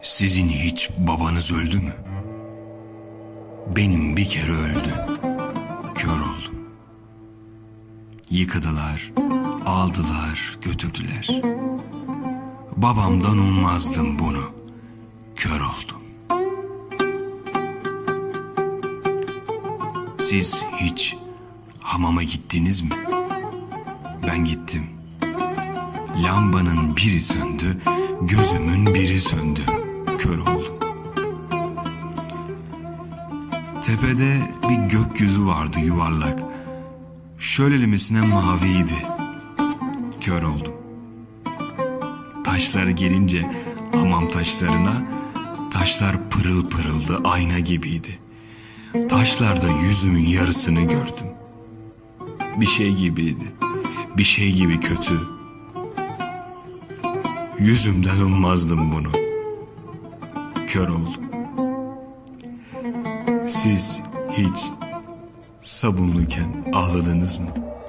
Sizin hiç babanız öldü mü? Benim bir kere öldü. Kör oldum. Yıkadılar, aldılar, götürdüler. Babamdan ummazdım bunu. Kör oldum. Siz hiç hamama gittiniz mi? Ben gittim. Lambanın biri söndü, gözümün biri söndü. Kör oldum. Tepede bir gökyüzü vardı yuvarlak. Şölelemesine maviydi. Kör oldum. Taşlar gelince hamam taşlarına, taşlar pırıl pırıldı, ayna gibiydi. Taşlarda yüzümün yarısını gördüm. Bir şey gibiydi. Bir şey gibi kötü. Yüzümden ummazdım bunu. Kör oldum. Siz hiç sabunluyken ağladınız mı?